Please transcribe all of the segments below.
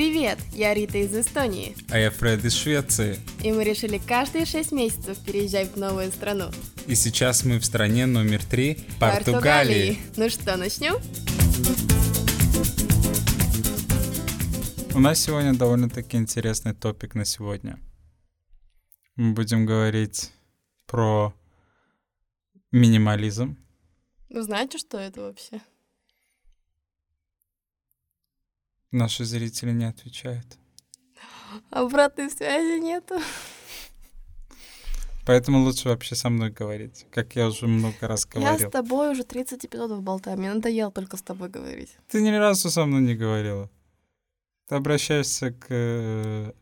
Привет, я Рита из Эстонии. А я Фред из Швеции. И мы решили каждые 6 месяцев переезжать в новую страну. И сейчас мы в стране номер 3 – Португалии. Ну что, начнем? У нас сегодня довольно-таки интересный топик на сегодня. Мы будем говорить про минимализм. Вы знаете, что это вообще? Наши зрители не отвечают. Обратной связи нету. Поэтому лучше вообще со мной говорить, как я уже много раз говорил. Я с тобой уже 30 эпизодов болтаю, мне надоело только с тобой говорить. Ты ни разу со мной не говорила. Ты обращаешься к...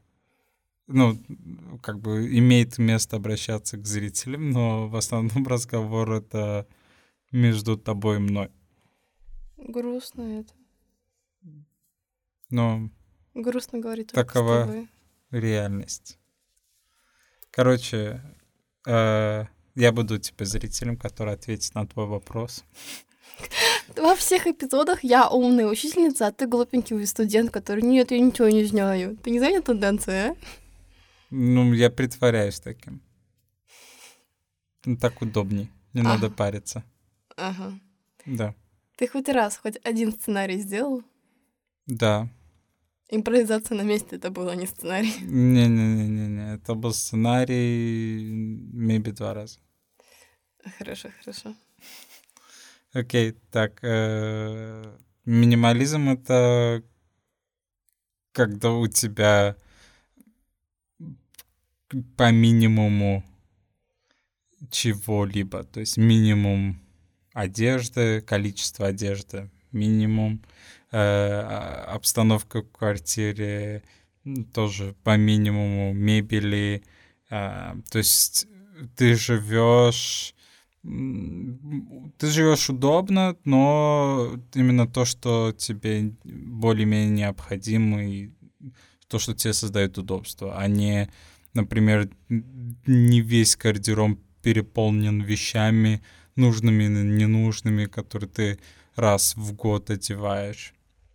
имеет место обращаться к зрителям, но в основном разговор это между тобой и мной. Грустно это. Но грустно говорить только такова с тобой. Реальность. Короче, я буду зрителем, который ответит на твой вопрос. Во всех эпизодах я умная учительница, а ты глупенький студент, который «нет, я ничего не знаю». Ты не заметил тенденцию, а? Я притворяюсь таким. Так удобней. Не надо париться. Ага. Да. Ты хоть один сценарий сделал? Да. Импровизация на месте это было, не сценарий. Не. Это был сценарий maybe 2 раза. Хорошо. Окей, так. Минимализм — это когда у тебя по минимуму чего-либо. То есть минимум одежды, количество одежды, минимум обстановка в квартире, тоже по минимуму мебели. То есть ты живешь удобно, но именно то, что тебе более-менее необходимо, и то, что тебе создает удобство, а не, например, не весь гардероб переполнен вещами, нужными, ненужными, которые ты раз в год одеваешь.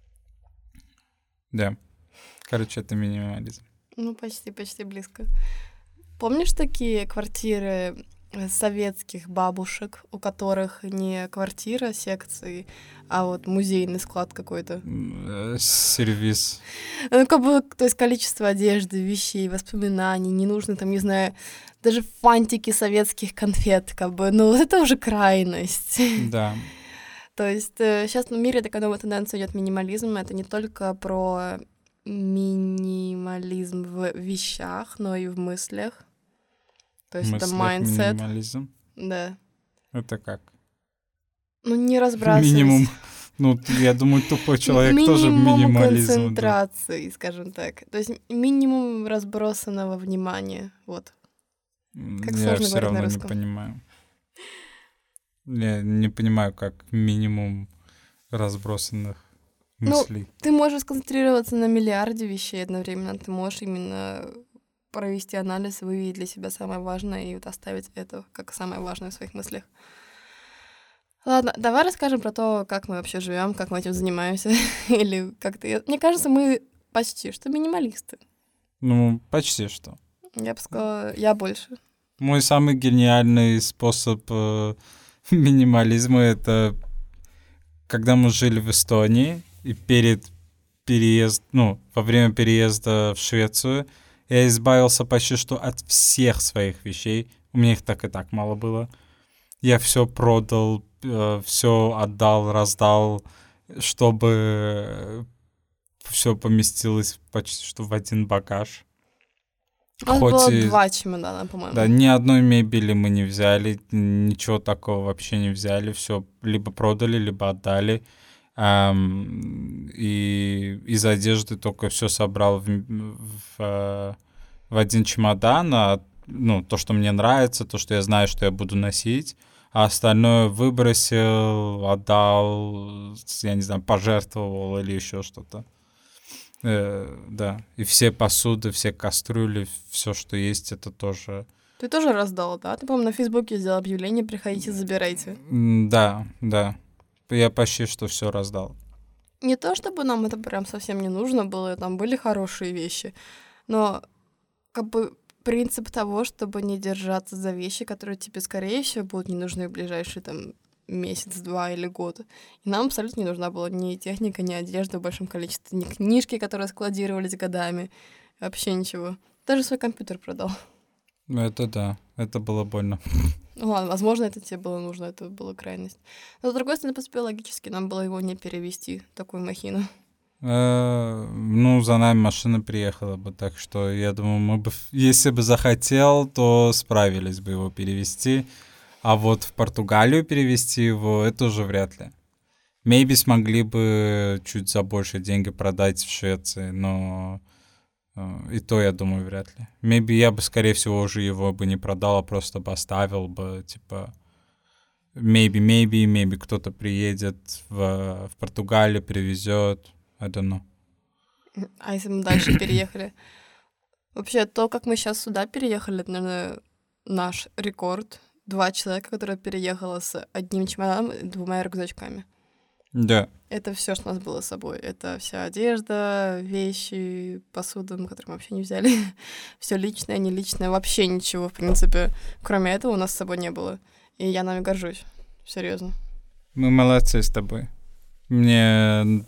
Да. Короче, это минимализм. Почти близко. Помнишь такие квартиры советских бабушек, у которых не квартира секции, а вот музейный склад какой-то? Сервис. То есть количество одежды, вещей, воспоминаний, не нужно там, не знаю, даже фантики советских конфет, это уже крайность. Да. То есть сейчас в мире такая новая тенденция идет минимализм. Это не только про минимализм в вещах, но и в мыслях. То есть это майндсет. Минимализм? Да. Это как? Не разбрасывать. Минимум. Я думаю, тупой человек тоже минимализм. Минимум концентрации, скажем так. То есть минимум разбросанного внимания. Вот. Как я сложно все говорить на равно не русском. понимаю. Я не понимаю, как минимум разбросанных мыслей. Ты можешь сконцентрироваться на миллиарде вещей одновременно. Ты можешь именно провести анализ, выявить для себя самое важное и оставить это как самое важное в своих мыслях. Ладно, давай расскажем про то, как мы вообще живем, как мы этим занимаемся. Или как-то... Мне кажется, мы почти что минималисты. Почти что. Я бы сказала, я больше. Мой самый гениальный способ минимализма — это когда мы жили в Эстонии, и во время переезда в Швецию я избавился почти что от всех своих вещей. У меня их так и так мало было. Я все продал, все отдал, раздал, чтобы все поместилось почти что в один багаж. У нас было 2 чемодана, по-моему. Да, ни одной мебели мы не взяли, ничего такого вообще не взяли. Все либо продали, либо отдали. И из одежды только все собрал в один чемодан. То, что мне нравится, то, что я знаю, что я буду носить. А остальное выбросил, отдал, я не знаю, пожертвовал или еще что-то. Да, и все посуды, все кастрюли, все, что есть, это тоже... Ты тоже раздал, да? Ты, по-моему, на Фейсбуке сделал объявление, приходите, забирайте. Да. Я почти что все раздал. Не то чтобы нам это прям совсем не нужно было, там были хорошие вещи, но как бы принцип того, чтобы не держаться за вещи, которые тебе, скорее всего, будут не нужны в ближайшие там месяц, 2 или год. И нам абсолютно не нужна была ни техника, ни одежда в большом количестве, ни книжки, которые складировались годами, вообще ничего. Даже свой компьютер продал. Ну, это да, это было больно. Ну ладно, возможно, это тебе было нужно, это была крайность. Но, с другой стороны, по принципе, логически нам было его не перевести, такую махину. Ну, за нами машина приехала бы, так что я думаю, мы бы, если бы захотел, то справились бы его перевести. А вот в Португалию перевести его, это уже вряд ли. Maybe смогли бы чуть за больше деньги продать в Швеции, но и то, я думаю, вряд ли. Maybe я бы, скорее всего, уже его бы не продал, а просто бы оставил бы, типа, maybe кто-то приедет в Португалию, привезет, I don't know. А если мы дальше переехали? Вообще, то, как мы сейчас сюда переехали, это, наверное, наш рекорд. 2 человека, которые переехало с одним чемоданом и 2 рюкзачками. Да. Это все, что у нас было с собой. Это вся одежда, вещи, посуда, которые мы вообще не взяли. Все личное, не личное, вообще ничего, в принципе. Кроме этого у нас с собой не было. И я нами горжусь. Серьезно. Мы молодцы с тобой. Мне...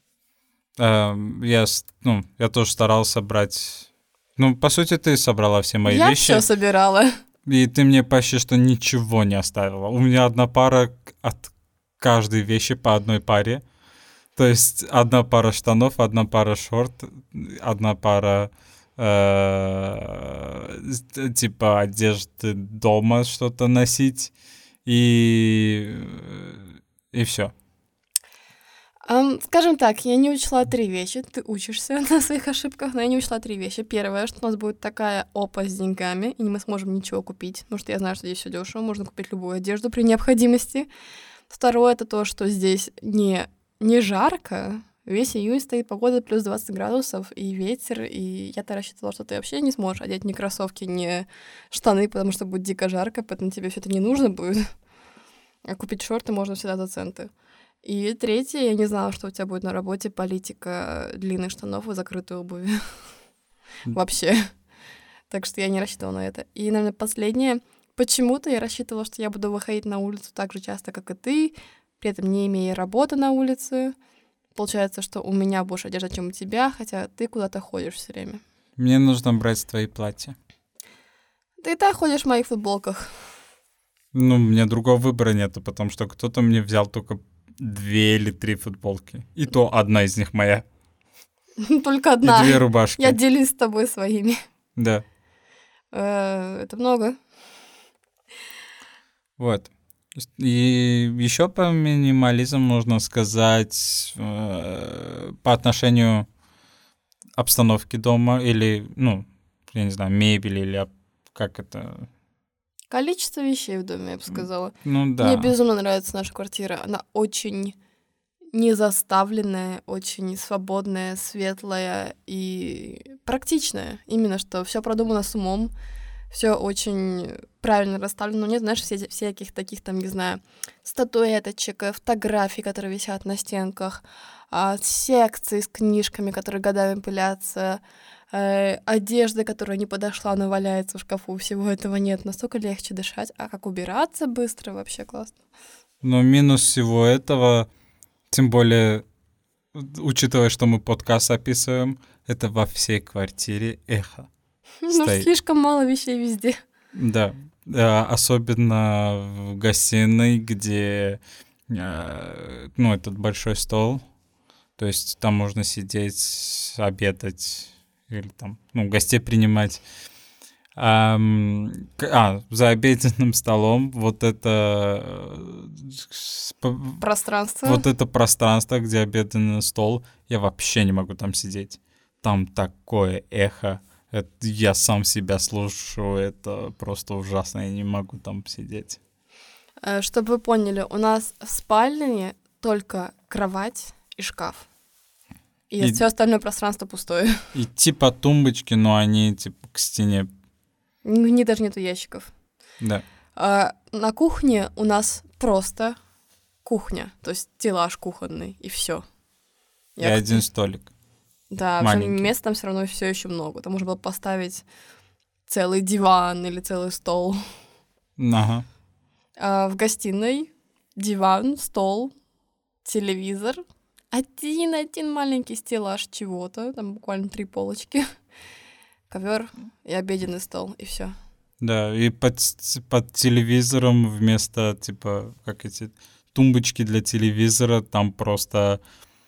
я тоже старался брать... Ну, по сути, ты собрала все мои вещи. Я все собирала. И ты мне почти что ничего не оставила. У меня одна пара от каждой вещи по одной паре. То есть 1 пара штанов, 1 пара шорт, 1 пара типа одежды дома что-то носить. И все. Скажем так, я не учла 3 вещи. Ты учишься на своих ошибках, но я не учла 3 вещи. Первое, что у нас будет такая опа с деньгами, и мы сможем ничего купить, потому что я знаю, что здесь все дешево, можно купить любую одежду при необходимости. Второе, это то, что здесь не жарко. Весь июнь стоит погода плюс 20 градусов, и ветер, и я-то рассчитывала, что ты вообще не сможешь одеть ни кроссовки, ни штаны, потому что будет дико жарко, поэтому тебе все это не нужно будет. А купить шорты можно всегда за центы. И третье, я не знала, что у тебя будет на работе политика длинных штанов и закрытой обуви. Вообще. Так что я не рассчитывала на это. И, наверное, последнее. Почему-то я рассчитывала, что я буду выходить на улицу так же часто, как и ты, при этом не имея работы на улице. Получается, что у меня больше одежды, чем у тебя, хотя ты куда-то ходишь все время. Мне нужно брать твои платья. Ты и так ходишь в моих футболках. Ну, у меня другого выбора нету, потому что кто-то мне взял только 2 или 3 футболки. И то одна из них моя. Только одна. И 2 рубашки. Я делюсь с тобой своими. Да. Это много. Вот. И еще по минимализму можно сказать по отношению обстановки дома или, ну, я не знаю, мебели или как это... Количество вещей в доме, я бы сказала. Ну да. Мне безумно нравится наша квартира. Она очень незаставленная, очень свободная, светлая и практичная. Именно что все продумано с умом, все очень правильно расставлено. Нет, знаешь, всяких таких там, не знаю, статуэточек, фотографий, которые висят на стенках, секций с книжками, которые годами пылятся, одежды, которая не подошла, но валяется в шкафу. Всего этого нет. Настолько легче дышать. А как убираться быстро, вообще классно. Но минус всего этого, тем более, учитывая, что мы подкаст описываем, это во всей квартире эхо. Ну, слишком мало вещей везде. Да. Особенно в гостиной, где, ну, этот большой стол. То есть там можно сидеть, обедать или там, ну, гостей принимать. За обеденным столом вот это... Пространство. Вот это пространство, где обеденный стол, я вообще не могу там сидеть. Там такое эхо. Я сам себя слушаю, это просто ужасно, я не могу там сидеть. Чтобы вы поняли, у нас в спальне только кровать и шкаф. И все остальное пространство пустое. И типа тумбочки, но они типа к стене. У них даже нету ящиков. Да. На кухне у нас просто кухня, то есть стеллаж кухонный, и все. И один столик. Да, маленький. места там все равно все еще много. Там можно было поставить целый диван или целый стол. Ага. А в гостиной диван, стол, телевизор, один маленький стеллаж чего-то, там буквально 3 полочки, ковер и обеденный стол, и все. Да, и под телевизором вместо, типа, как эти тумбочки для телевизора, там просто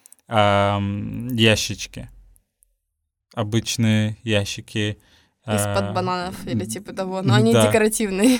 ящички. Обычные ящики. Из-под бананов или типа того, но они декоративные.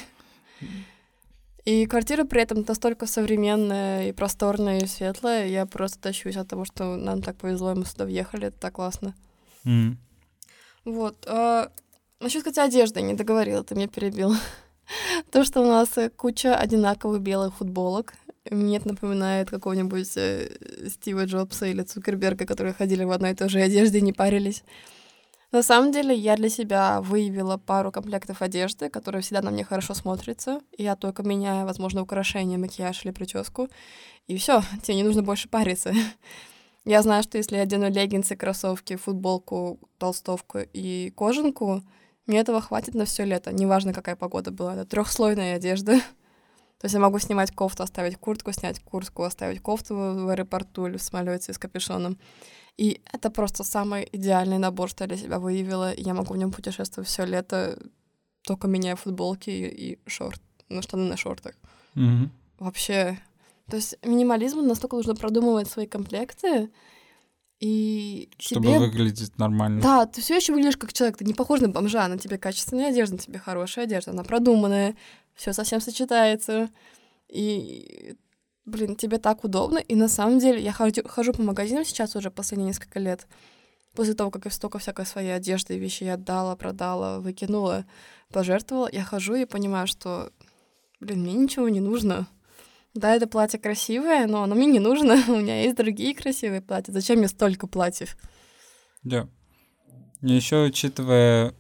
И квартира при этом настолько современная и просторная, и светлая. Я просто тащусь от того, что нам так повезло, и мы сюда въехали. Это так классно. Вот. Насчет, кстати, одежды не договорила, ты меня перебил. То, что у нас куча одинаковых белых футболок. Мне это напоминает какого-нибудь Стива Джобса или Цукерберга, которые ходили в одной и той же одежде и не парились. На самом деле, я для себя выявила пару комплектов одежды, которые всегда на мне хорошо смотрятся. И я только меняю, возможно, украшения, макияж или прическу. И все, тебе не нужно больше париться. Я знаю, что если я одену леггинсы, кроссовки, футболку, толстовку и кожанку, мне этого хватит на все лето. Неважно, какая погода была. Это 3-слойная одежда. То есть я могу снимать кофту, оставить куртку, снять куртку, оставить кофту в аэропорту или в самолете с капюшоном. И это просто самый идеальный набор, что я для себя выявила. И я могу в нем путешествовать все лето, только меняя футболки и штаны на шортах. Вообще. То есть минимализму настолько нужно продумывать свои комплекты, и чтобы выглядеть нормально. Да, ты все еще выглядишь как человек, ты не похож на бомжа, на тебе качественная одежда, на тебе хорошая одежда, она продуманная, все совсем сочетается. И, тебе так удобно. И на самом деле я хожу по магазинам сейчас уже последние несколько лет. После того, как я столько всякой своей одежды и вещей отдала, продала, выкинула, пожертвовала, я хожу и понимаю, что, мне ничего не нужно. Да, это платье красивое, но оно мне не нужно. У меня есть другие красивые платья. Зачем мне столько платьев? Да. Еще учитывая,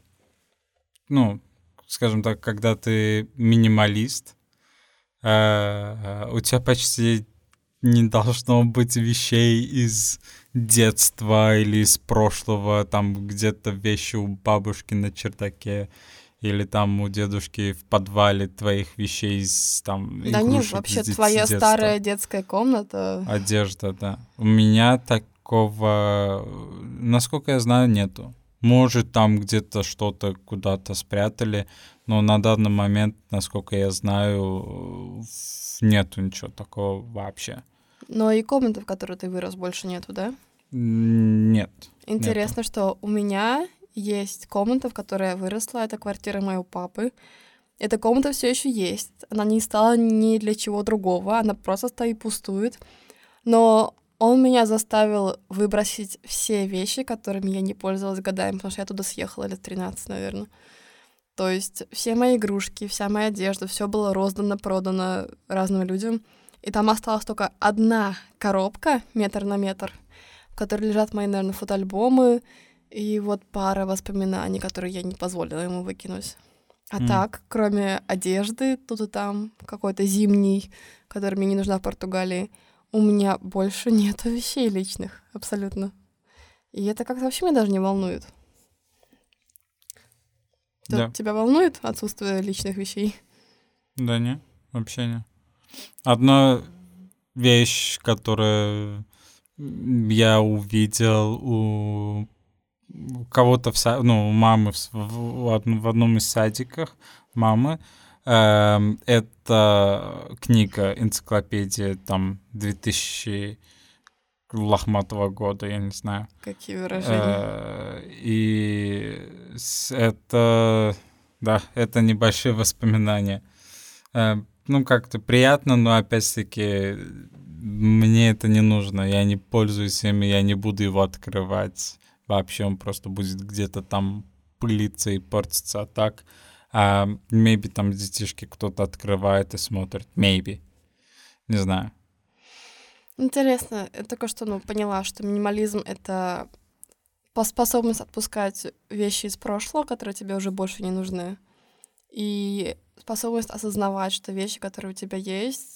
скажем так, когда ты минималист, у тебя почти не должно быть вещей из детства или из прошлого, там где-то вещи у бабушки на чердаке, или там у дедушки в подвале твоих вещей из там игрушек. Да нет, вообще твоя старая детская комната. Одежда, да. У меня такого, насколько я знаю, нету. Может, там где-то что-то куда-то спрятали, но на данный момент, насколько я знаю, нету ничего такого вообще. Но и комнаты, в которой ты вырос, больше нету, да? Нет. Интересно, что у меня есть комната, в которой я выросла, это квартира моего папы. Эта комната все еще есть. Она не стала ни для чего другого, она просто стоит, пустует. Но он меня заставил выбросить все вещи, которыми я не пользовалась годами, потому что я туда съехала лет 13, наверное. То есть все мои игрушки, вся моя одежда, все было роздано, продано разным людям. И там осталась только одна коробка, 1 на 1 метр, в которой лежат мои, наверное, фотоальбомы, и вот пара воспоминаний, которые я не позволила ему выкинуть. А так, кроме одежды, тут и там, какой-то зимний, который мне не нужна в Португалии, у меня больше нету вещей личных, абсолютно. И это как-то вообще меня даже не волнует. Да. Тебя волнует отсутствие личных вещей? Да не, вообще не. Одна вещь, которую я увидел у кого-то, у мамы в одном из садиков мамы, это книга, энциклопедия, там, 2000 лохматого года, я не знаю. Какие выражения. И это, да, это небольшие воспоминания. Как-то приятно, но опять-таки мне это не нужно, я не пользуюсь им, я не буду его открывать. Вообще он просто будет где-то там пылиться и портиться, а так maybe там детишки кто-то открывает и смотрит, maybe, не знаю. Интересно, я только что поняла, что минимализм — это способность отпускать вещи из прошлого, которые тебе уже больше не нужны, и способность осознавать, что вещи, которые у тебя есть,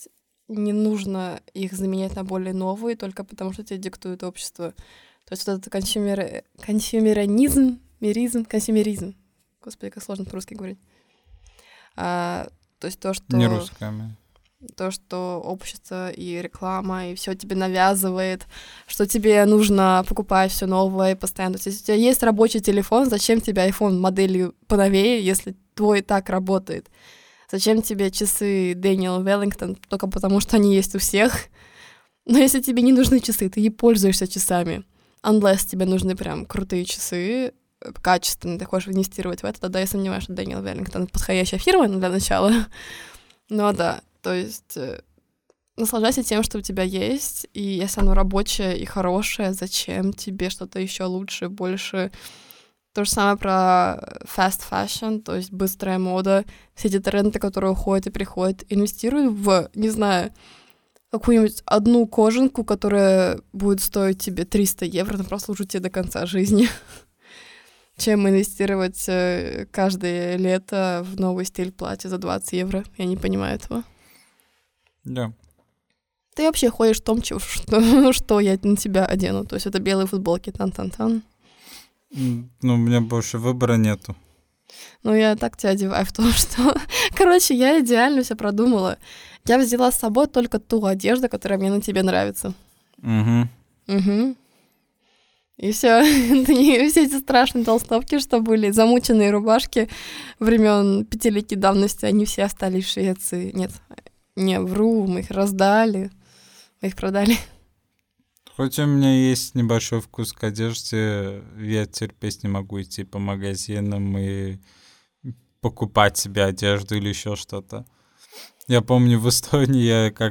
не нужно их заменять на более новые только потому, что тебе диктует общество. То есть вот этот консюмеризм. Господи, как сложно по-русски говорить. То есть то, что... Не русская. То, что общество и реклама, и все тебе навязывает, что тебе нужно покупать все новое и постоянно. То есть, если у тебя есть рабочий телефон, зачем тебе iPhone моделью поновее, если твой так работает? Зачем тебе часы Дэниел Веллингтон только потому, что они есть у всех? Но если тебе не нужны часы, ты не пользуешься часами. Unless тебе нужны прям крутые часы, качественные, ты хочешь инвестировать в это, тогда я сомневаюсь, что Дэниел Веллингтон — подходящая фирма для начала. Но да, то есть наслаждайся тем, что у тебя есть, и если оно рабочее и хорошее, зачем тебе что-то еще лучше, больше? То же самое про fast fashion, то есть быстрая мода, все эти тренды, которые уходят и приходят. Инвестируй в, не знаю, какую-нибудь одну кожанку, которая будет стоить тебе 300 евро, но прослужит тебе до конца жизни, чем инвестировать каждое лето в новый стиль платья за 20 евро. Я не понимаю этого. Да. Ты вообще ходишь в том, что я на тебя одену. То есть это белые футболки, тан-тан-тан. Ну, у меня больше выбора нету. Ну, я так тебя одеваю в том, что... Короче, я идеально все продумала. Я взяла с собой только ту одежду, которая мне на тебе нравится. Угу. И все. Все эти страшные толстовки, что были, замученные рубашки времен 5-летней давности, они все остались в Швеции. Нет, не вру, мы их раздали, мы их продали. Хоть у меня есть небольшой вкус к одежде, я терпеть не могу идти по магазинам и покупать себе одежду или еще что-то. Я помню, в Эстонии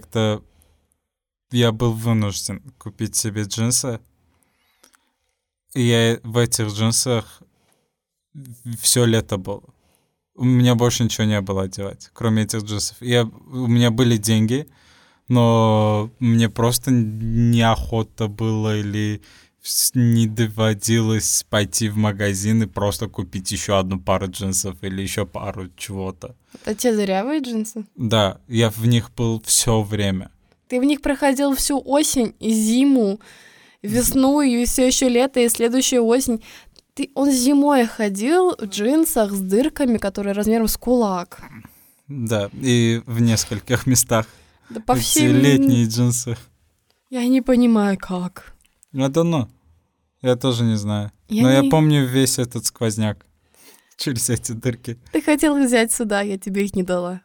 я был вынужден купить себе джинсы. И я в этих джинсах все лето был. У меня больше ничего не было одевать, кроме этих джинсов. У меня были деньги, но мне просто неохота было или не доводилось пойти в магазин и просто купить еще одну пару джинсов или еще пару чего-то. Это те дырявые джинсы? Да, я в них был все время. Ты в них проходил всю осень и зиму, весну, и все еще лето, и следующую осень. Он зимой ходил в джинсах с дырками, которые размером с кулак. Да, и в нескольких местах. Да по всем... летние джинсы. Я не понимаю, как. Я тоже не знаю. Я помню весь этот сквозняк через эти дырки. Ты хотел их взять сюда, я тебе их не дала.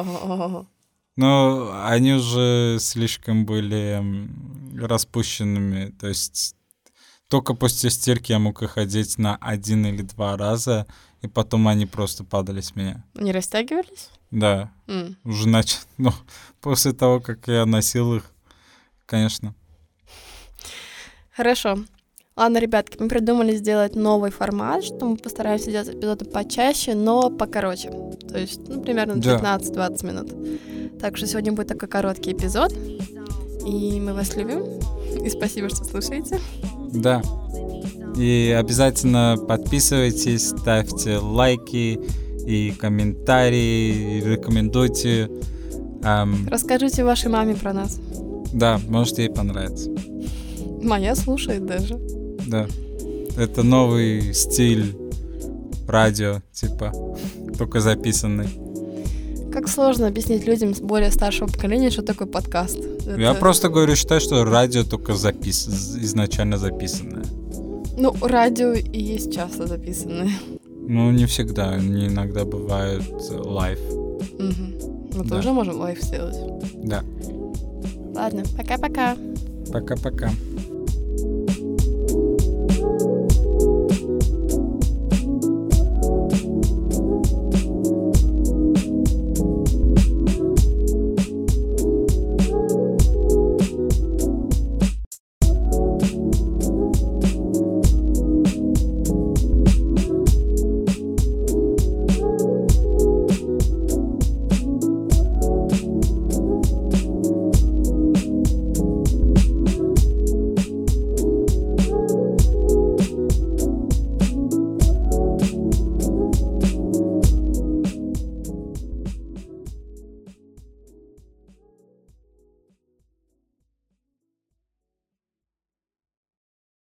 Но они уже слишком были распущенными. То есть только после стирки я мог их одеть на 1 или 2 раза, и потом они просто падали с меня. Они растягивались? Да. Уже после того, как я носил их, конечно. Хорошо. Ладно, ребятки, мы придумали сделать новый формат, что мы постараемся делать эпизоды почаще, но покороче. То есть, примерно 15-20 минут. Так что сегодня будет такой короткий эпизод. И мы вас любим. И спасибо, что слушаете. Да. И обязательно подписывайтесь, ставьте лайки и комментарии, и рекомендуйте. Расскажите вашей маме про нас. Да, может, ей понравится. Моя слушает даже. Да. Это новый стиль радио, только записанный. Как сложно объяснить людям с более старшего поколения, что такое подкаст. Я просто считаю, что радио только изначально записанное. Радио и есть часто записанные. Не всегда. Они иногда бывают лайв. Мы тоже можем лайв сделать. Да. Ладно, пока-пока. Пока-пока.